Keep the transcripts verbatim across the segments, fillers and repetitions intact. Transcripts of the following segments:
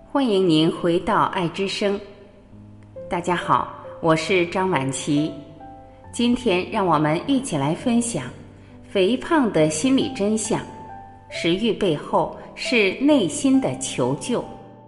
欢迎您回到爱之声。大家好，我是张婉琪。今天让我们一起来分享肥胖的心理真相，食欲背后是内心的求救。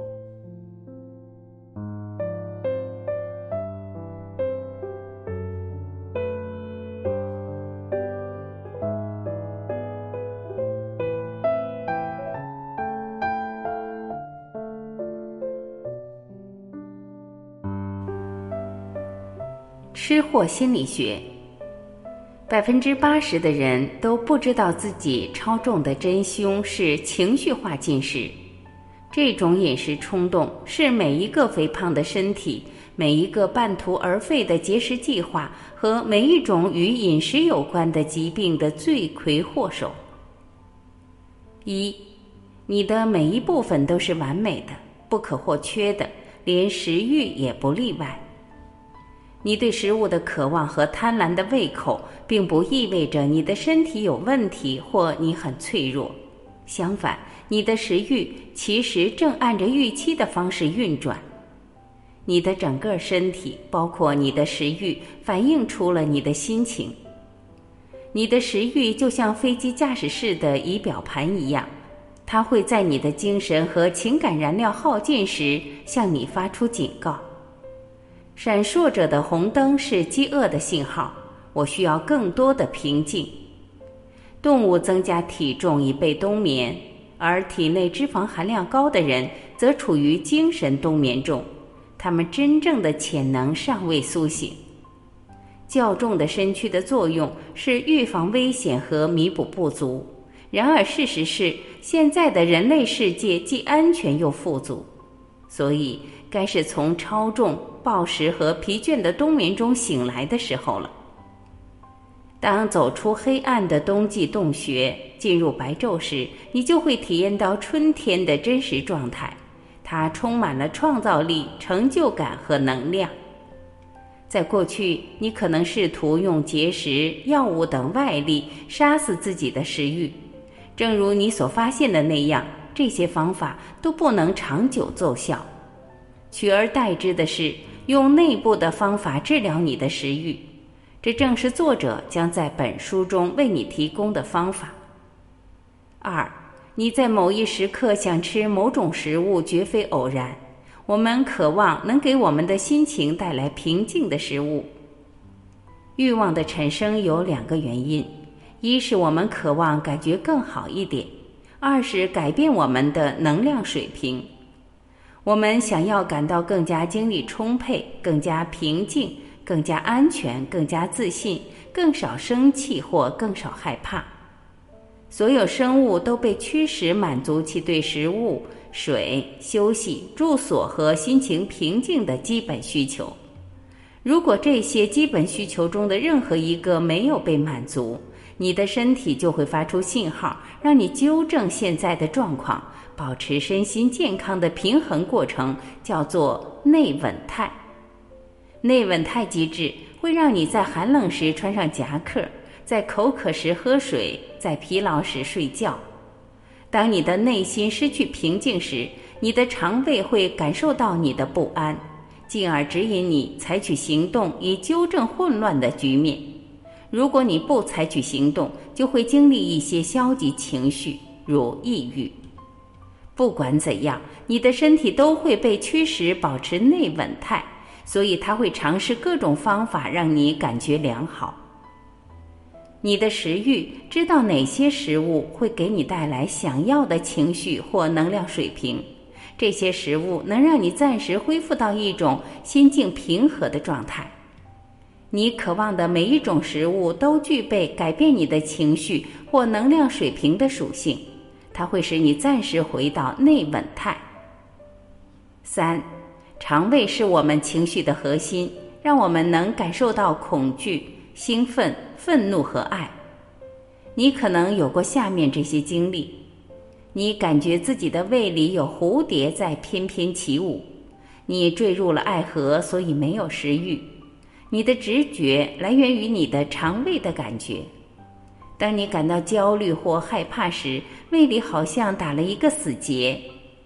吃货心理学，百分之八十的人都不知道自己超重的真凶是情绪化进食。这种饮食冲动是每一个肥胖的身体、每一个半途而废的节食计划和每一种与饮食有关的疾病的罪魁祸首。一，你的每一部分都是完美的、不可或缺的，连食欲也不例外。你对食物的渴望和贪婪的胃口，并不意味着你的身体有问题或你很脆弱。相反，你的食欲其实正按着预期的方式运转。你的整个身体，包括你的食欲，反映出了你的心情。你的食欲就像飞机驾驶室的仪表盘一样，它会在你的精神和情感燃料耗尽时向你发出警告。闪烁着的红灯是饥饿的信号，我需要更多的平静。动物增加体重以备冬眠，而体内脂肪含量高的人则处于精神冬眠中，他们真正的潜能尚未苏醒。较重的身躯的作用是预防危险和弥补不足，然而事实是，现在的人类世界既安全又富足，所以该是从超重、暴食和疲倦的冬眠中醒来的时候了。当走出黑暗的冬季洞穴，进入白昼时，你就会体验到春天的真实状态，它充满了创造力、成就感和能量。在过去，你可能试图用节食、药物等外力杀死自己的食欲，正如你所发现的那样，这些方法都不能长久奏效。取而代之的是用内部的方法治疗你的食欲，这正是作者将在本书中为你提供的方法。二，你在某一时刻想吃某种食物绝非偶然，我们渴望能给我们的心情带来平静的食物。欲望的产生有两个原因，一是我们渴望感觉更好一点，二是改变我们的能量水平。我们想要感到更加精力充沛，更加平静，更加安全，更加自信，更少生气或更少害怕。所有生物都被驱使满足其对食物、水、休息、住所和心情平静的基本需求。如果这些基本需求中的任何一个没有被满足，你的身体就会发出信号，让你纠正现在的状况，保持身心健康的平衡过程叫做内稳态。内稳态机制会让你在寒冷时穿上夹克，在口渴时喝水，在疲劳时睡觉。当你的内心失去平静时，你的肠胃会感受到你的不安，进而指引你采取行动以纠正混乱的局面。如果你不采取行动，就会经历一些消极情绪，如抑郁。不管怎样，你的身体都会被驱使保持内稳态，所以它会尝试各种方法让你感觉良好。你的食欲知道哪些食物会给你带来想要的情绪或能量水平，这些食物能让你暂时恢复到一种心境平和的状态。你渴望的每一种食物都具备改变你的情绪或能量水平的属性，它会使你暂时回到内稳态。三，肠胃是我们情绪的核心，让我们能感受到恐惧、兴奋、愤怒和爱。你可能有过下面这些经历：你感觉自己的胃里有蝴蝶在翩翩起舞，你坠入了爱河，所以没有食欲。你的直觉来源于你的肠胃的感觉。当你感到焦虑或害怕时，胃里好像打了一个死结。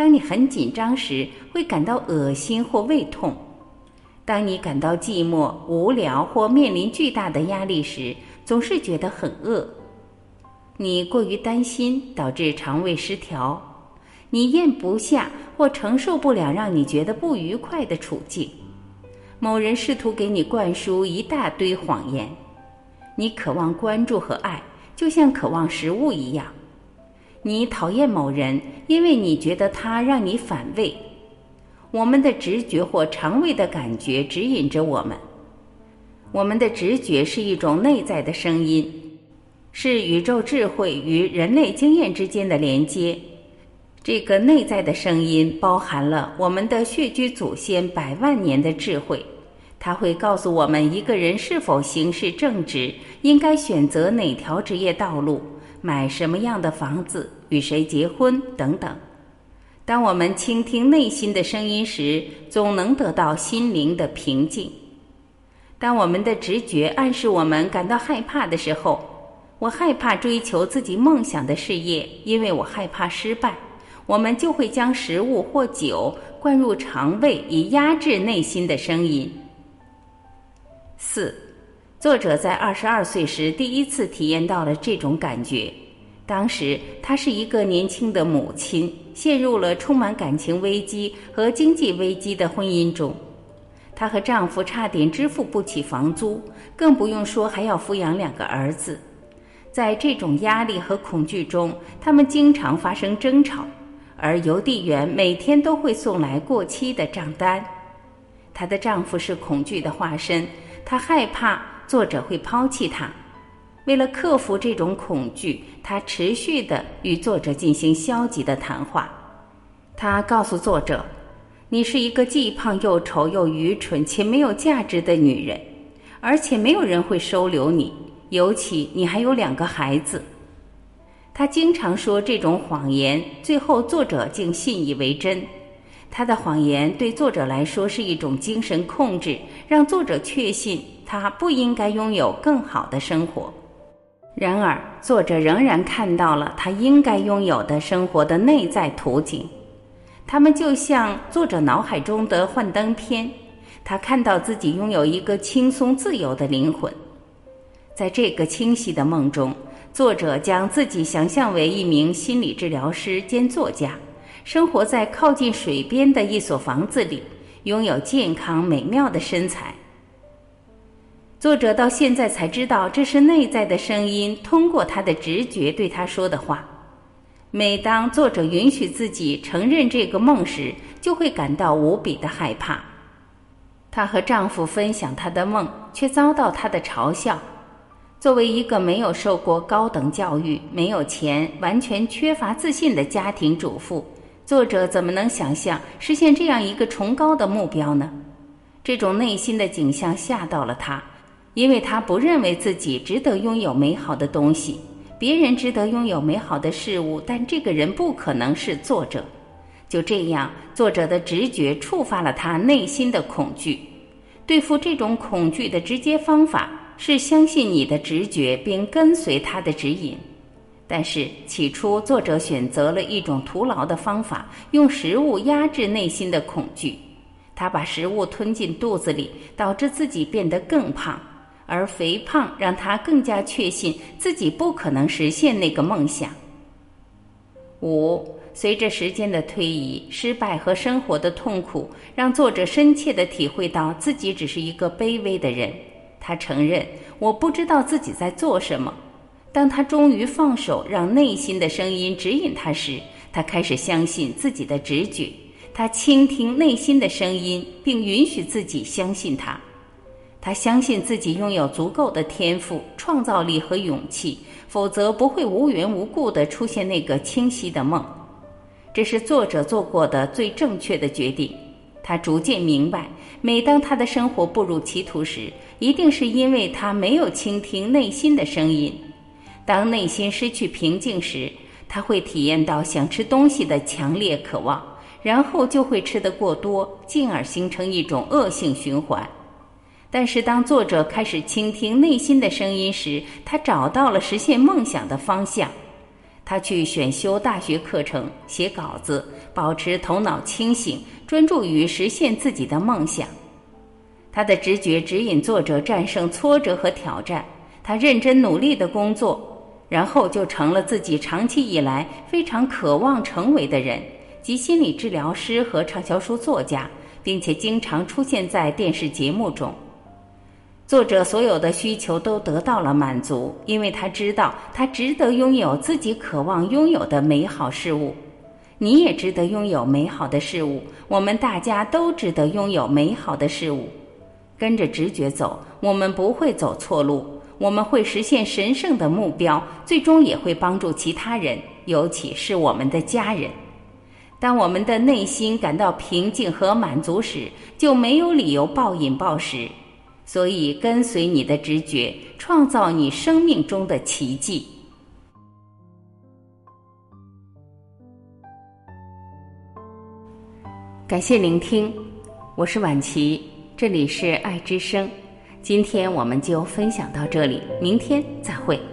当你很紧张时，会感到恶心或胃痛。当你感到寂寞、无聊或面临巨大的压力时，总是觉得很饿。你过于担心，导致肠胃失调。你咽不下或承受不了让你觉得不愉快的处境。某人试图给你灌输一大堆谎言。你渴望关注和爱，就像渴望食物一样。你讨厌某人，因为你觉得他让你反胃。我们的直觉或肠胃的感觉指引着我们。我们的直觉是一种内在的声音，是宇宙智慧与人类经验之间的连接。这个内在的声音包含了我们的血居祖先百万年的智慧，它会告诉我们一个人是否行事正直，应该选择哪条职业道路，买什么样的房子，与谁结婚等等。当我们倾听内心的声音时，总能得到心灵的平静。当我们的直觉暗示我们感到害怕的时候，我害怕追求自己梦想的事业，因为我害怕失败，我们就会将食物或酒灌入肠胃，以压制内心的声音。四，作者在二十二岁时第一次体验到了这种感觉。当时她是一个年轻的母亲，陷入了充满感情危机和经济危机的婚姻中。她和丈夫差点支付不起房租，更不用说还要抚养两个儿子。在这种压力和恐惧中，他们经常发生争吵，而邮递员每天都会送来过期的账单。她的丈夫是恐惧的化身，她害怕作者会抛弃她。为了克服这种恐惧，她持续地与作者进行消极的谈话。她告诉作者，你是一个既胖又丑又愚蠢且没有价值的女人，而且没有人会收留你，尤其你还有两个孩子。她经常说这种谎言，最后作者竟信以为真。她的谎言对作者来说是一种精神控制，让作者确信他不应该拥有更好的生活。然而，作者仍然看到了他应该拥有的生活的内在图景。他们就像作者脑海中的幻灯片，他看到自己拥有一个轻松自由的灵魂。在这个清晰的梦中，作者将自己想象为一名心理治疗师兼作家，生活在靠近水边的一所房子里，拥有健康美妙的身材。作者到现在才知道，这是内在的声音通过他的直觉对他说的话。每当作者允许自己承认这个梦时，就会感到无比的害怕。她和丈夫分享她的梦，却遭到他的嘲笑。作为一个没有受过高等教育、没有钱、完全缺乏自信的家庭主妇，作者怎么能想象实现这样一个崇高的目标呢？这种内心的景象吓到了她，因为她不认为自己值得拥有美好的东西。别人值得拥有美好的事物，但这个人不可能是作者。就这样，作者的直觉触发了他内心的恐惧。对付这种恐惧的直接方法是相信你的直觉并跟随他的指引。但是起初作者选择了一种徒劳的方法，用食物压制内心的恐惧。他把食物吞进肚子里，导致自己变得更胖，而肥胖让他更加确信自己不可能实现那个梦想。五，随着时间的推移，失败和生活的痛苦让作者深切地体会到自己只是一个卑微的人。他承认，我不知道自己在做什么。当他终于放手，让内心的声音指引他时，他开始相信自己的直觉。他倾听内心的声音，并允许自己相信它。他相信自己拥有足够的天赋、创造力和勇气，否则不会无缘无故地出现那个清晰的梦。这是作者做过的最正确的决定。他逐渐明白，每当他的生活步入歧途时，一定是因为他没有倾听内心的声音。当内心失去平静时，他会体验到想吃东西的强烈渴望，然后就会吃得过多，进而形成一种恶性循环。但是当作者开始倾听内心的声音时，他找到了实现梦想的方向。 他去选修大学课程，写稿子，保持头脑清醒，专注于实现自己的梦想。他的直觉指引作者战胜挫折和挑战，他认真努力的工作，然后就成了自己长期以来非常渴望成为的人，即心理治疗师和畅销书作家，并且经常出现在电视节目中。作者所有的需求都得到了满足，因为他知道他值得拥有自己渴望拥有的美好事物。你也值得拥有美好的事物，我们大家都值得拥有美好的事物。跟着直觉走，我们不会走错路，我们会实现神圣的目标，最终也会帮助其他人，尤其是我们的家人。当我们的内心感到平静和满足时，就没有理由暴饮暴食。所以跟随你的直觉，创造你生命中的奇迹。感谢聆听，我是婉琪，这里是爱之声。今天我们就分享到这里，明天再会。